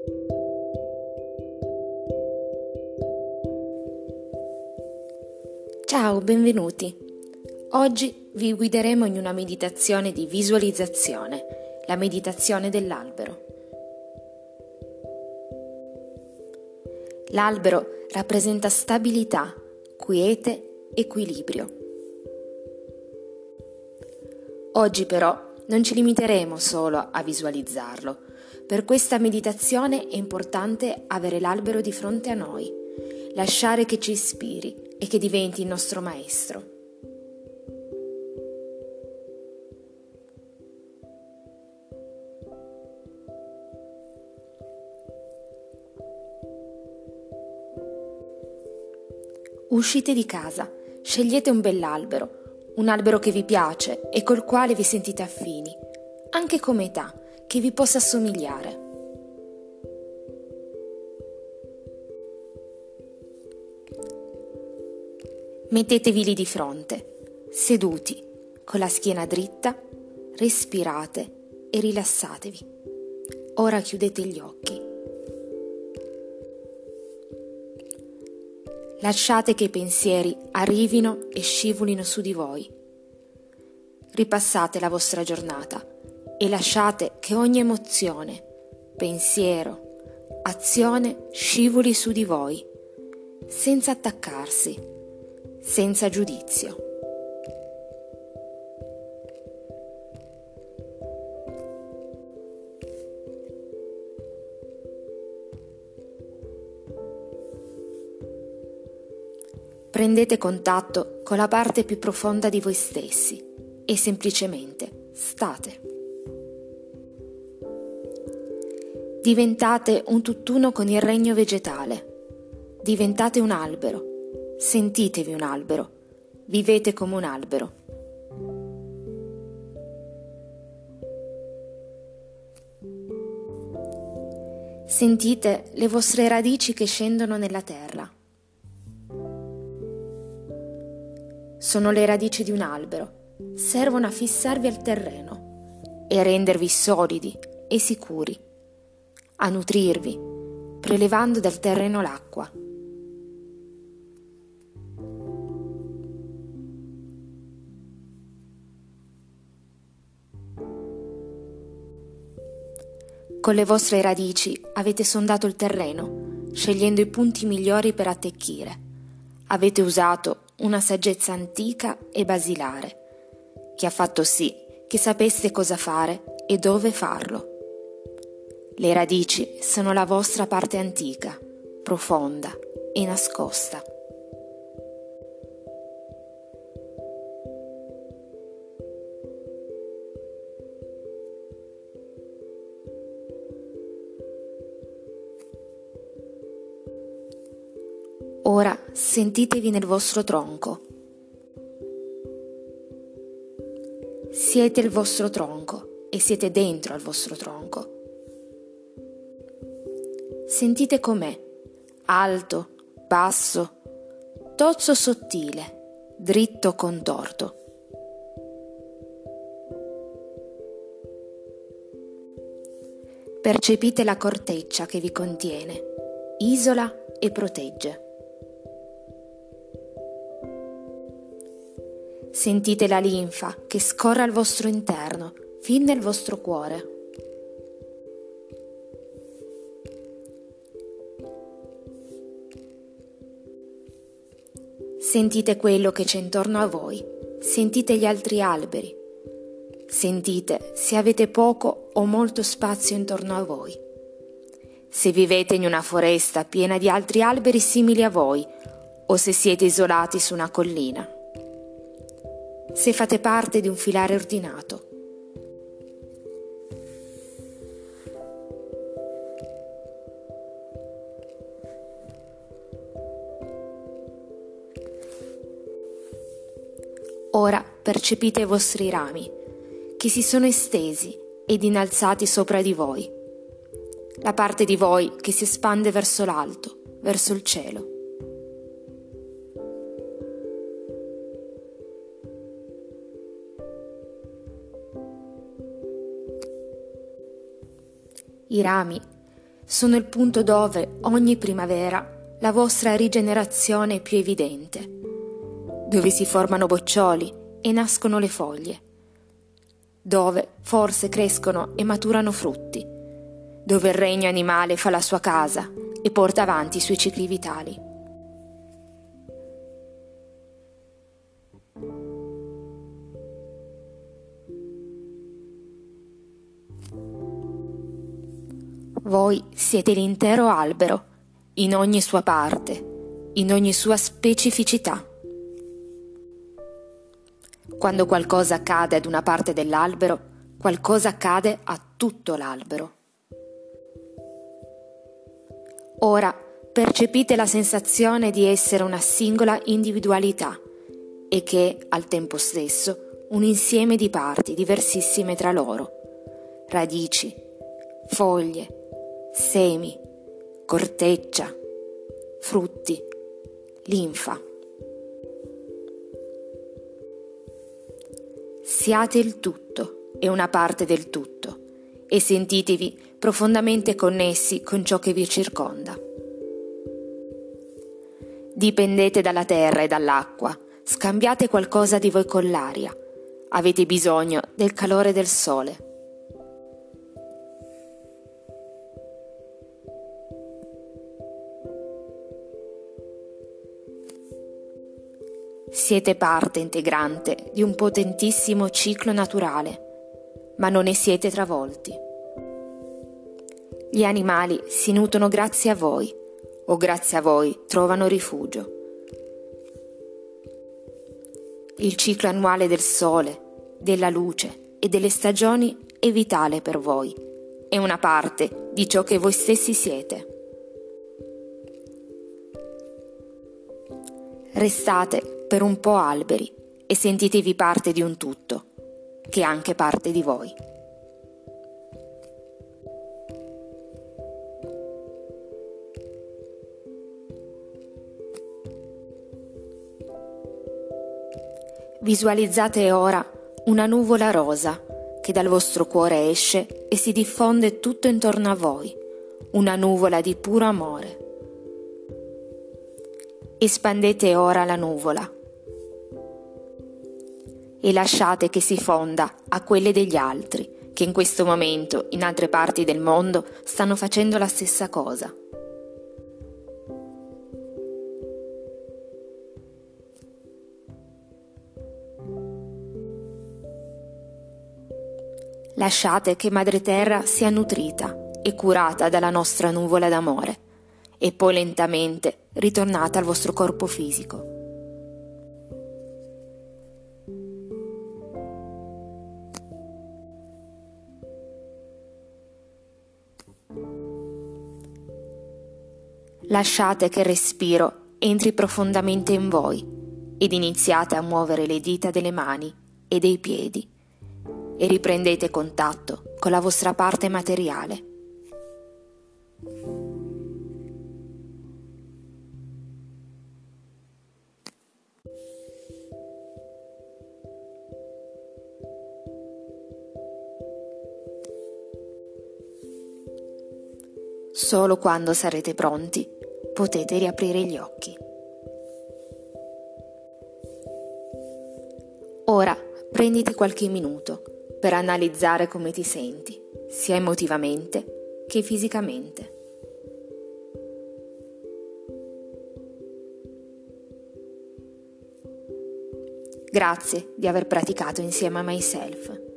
Ciao, benvenuti. Oggi vi guideremo in una meditazione di visualizzazione, la meditazione dell'albero. L'albero rappresenta stabilità, quiete, equilibrio. Oggi però non ci limiteremo solo a visualizzarlo. Per questa meditazione è importante avere l'albero di fronte a noi, lasciare che ci ispiri e che diventi il nostro maestro. Uscite di casa, scegliete un bell'albero, un albero che vi piace e col quale vi sentite affini, anche come età, che vi possa assomigliare. Mettetevi lì di fronte, seduti, con la schiena dritta, respirate e rilassatevi. Ora chiudete gli occhi. Lasciate che i pensieri arrivino e scivolino su di voi. Ripassate la vostra giornata e lasciate che ogni emozione, pensiero, azione scivoli su di voi, senza attaccarsi, senza giudizio. Prendete contatto con la parte più profonda di voi stessi e semplicemente state. Diventate un tutt'uno con il regno vegetale. Diventate un albero. Sentitevi un albero. Vivete come un albero. Sentite le vostre radici che scendono nella terra. Sono le radici di un albero, servono a fissarvi al terreno e a rendervi solidi e sicuri, a nutrirvi, prelevando dal terreno l'acqua. Con le vostre radici avete sondato il terreno, scegliendo i punti migliori per attecchire. Avete usato una saggezza antica e basilare, che ha fatto sì che sapeste cosa fare e dove farlo. Le radici sono la vostra parte antica, profonda e nascosta. Ora sentitevi nel vostro tronco. Siete il vostro tronco e siete dentro al vostro tronco. Sentite com'è, alto, basso, tozzo, sottile, dritto, contorto. Percepite la corteccia che vi contiene, isola e protegge. Sentite la linfa che scorre al vostro interno, fin nel vostro cuore. Sentite quello che c'è intorno a voi, sentite gli altri alberi, sentite se avete poco o molto spazio intorno a voi. Se vivete in una foresta piena di altri alberi simili a voi o se siete isolati su una collina. Se fate parte di un filare ordinato. Ora percepite i vostri rami, che si sono estesi ed innalzati sopra di voi, la parte di voi che si espande verso l'alto, verso il cielo. I rami sono il punto dove ogni primavera la vostra rigenerazione è più evidente, dove si formano boccioli e nascono le foglie, dove forse crescono e maturano frutti, dove il regno animale fa la sua casa e porta avanti i suoi cicli vitali. Voi siete l'intero albero, in ogni sua parte, in ogni sua specificità. Quando qualcosa accade ad una parte dell'albero, qualcosa accade a tutto l'albero. Ora percepite la sensazione di essere una singola individualità e che, al tempo stesso, un insieme di parti diversissime tra loro, radici, foglie, semi, corteccia, frutti, linfa. Siate il tutto e una parte del tutto e sentitevi profondamente connessi con ciò che vi circonda. Dipendete dalla terra e dall'acqua, scambiate qualcosa di voi con l'aria, avete bisogno del calore del sole. Siete parte integrante di un potentissimo ciclo naturale, ma non ne siete travolti. Gli animali si nutrono grazie a voi, o grazie a voi trovano rifugio. Il ciclo annuale del sole, della luce e delle stagioni è vitale per voi, è una parte di ciò che voi stessi siete. Restate per un po' alberi e sentitevi parte di un tutto, che è anche parte di voi. Visualizzate ora una nuvola rosa che dal vostro cuore esce e si diffonde tutto intorno a voi, una nuvola di puro amore. Espandete ora la nuvola e lasciate che si fonda a quelle degli altri, che in questo momento in altre parti del mondo stanno facendo la stessa cosa. Lasciate che Madre Terra sia nutrita e curata dalla nostra nuvola d'amore e poi lentamente ritornate al vostro corpo fisico. Lasciate che il respiro entri profondamente in voi ed iniziate a muovere le dita delle mani e dei piedi e riprendete contatto con la vostra parte materiale. Solo quando sarete pronti potete riaprire gli occhi. Ora prenditi qualche minuto per analizzare come ti senti, sia emotivamente che fisicamente. Grazie di aver praticato insieme a Myself.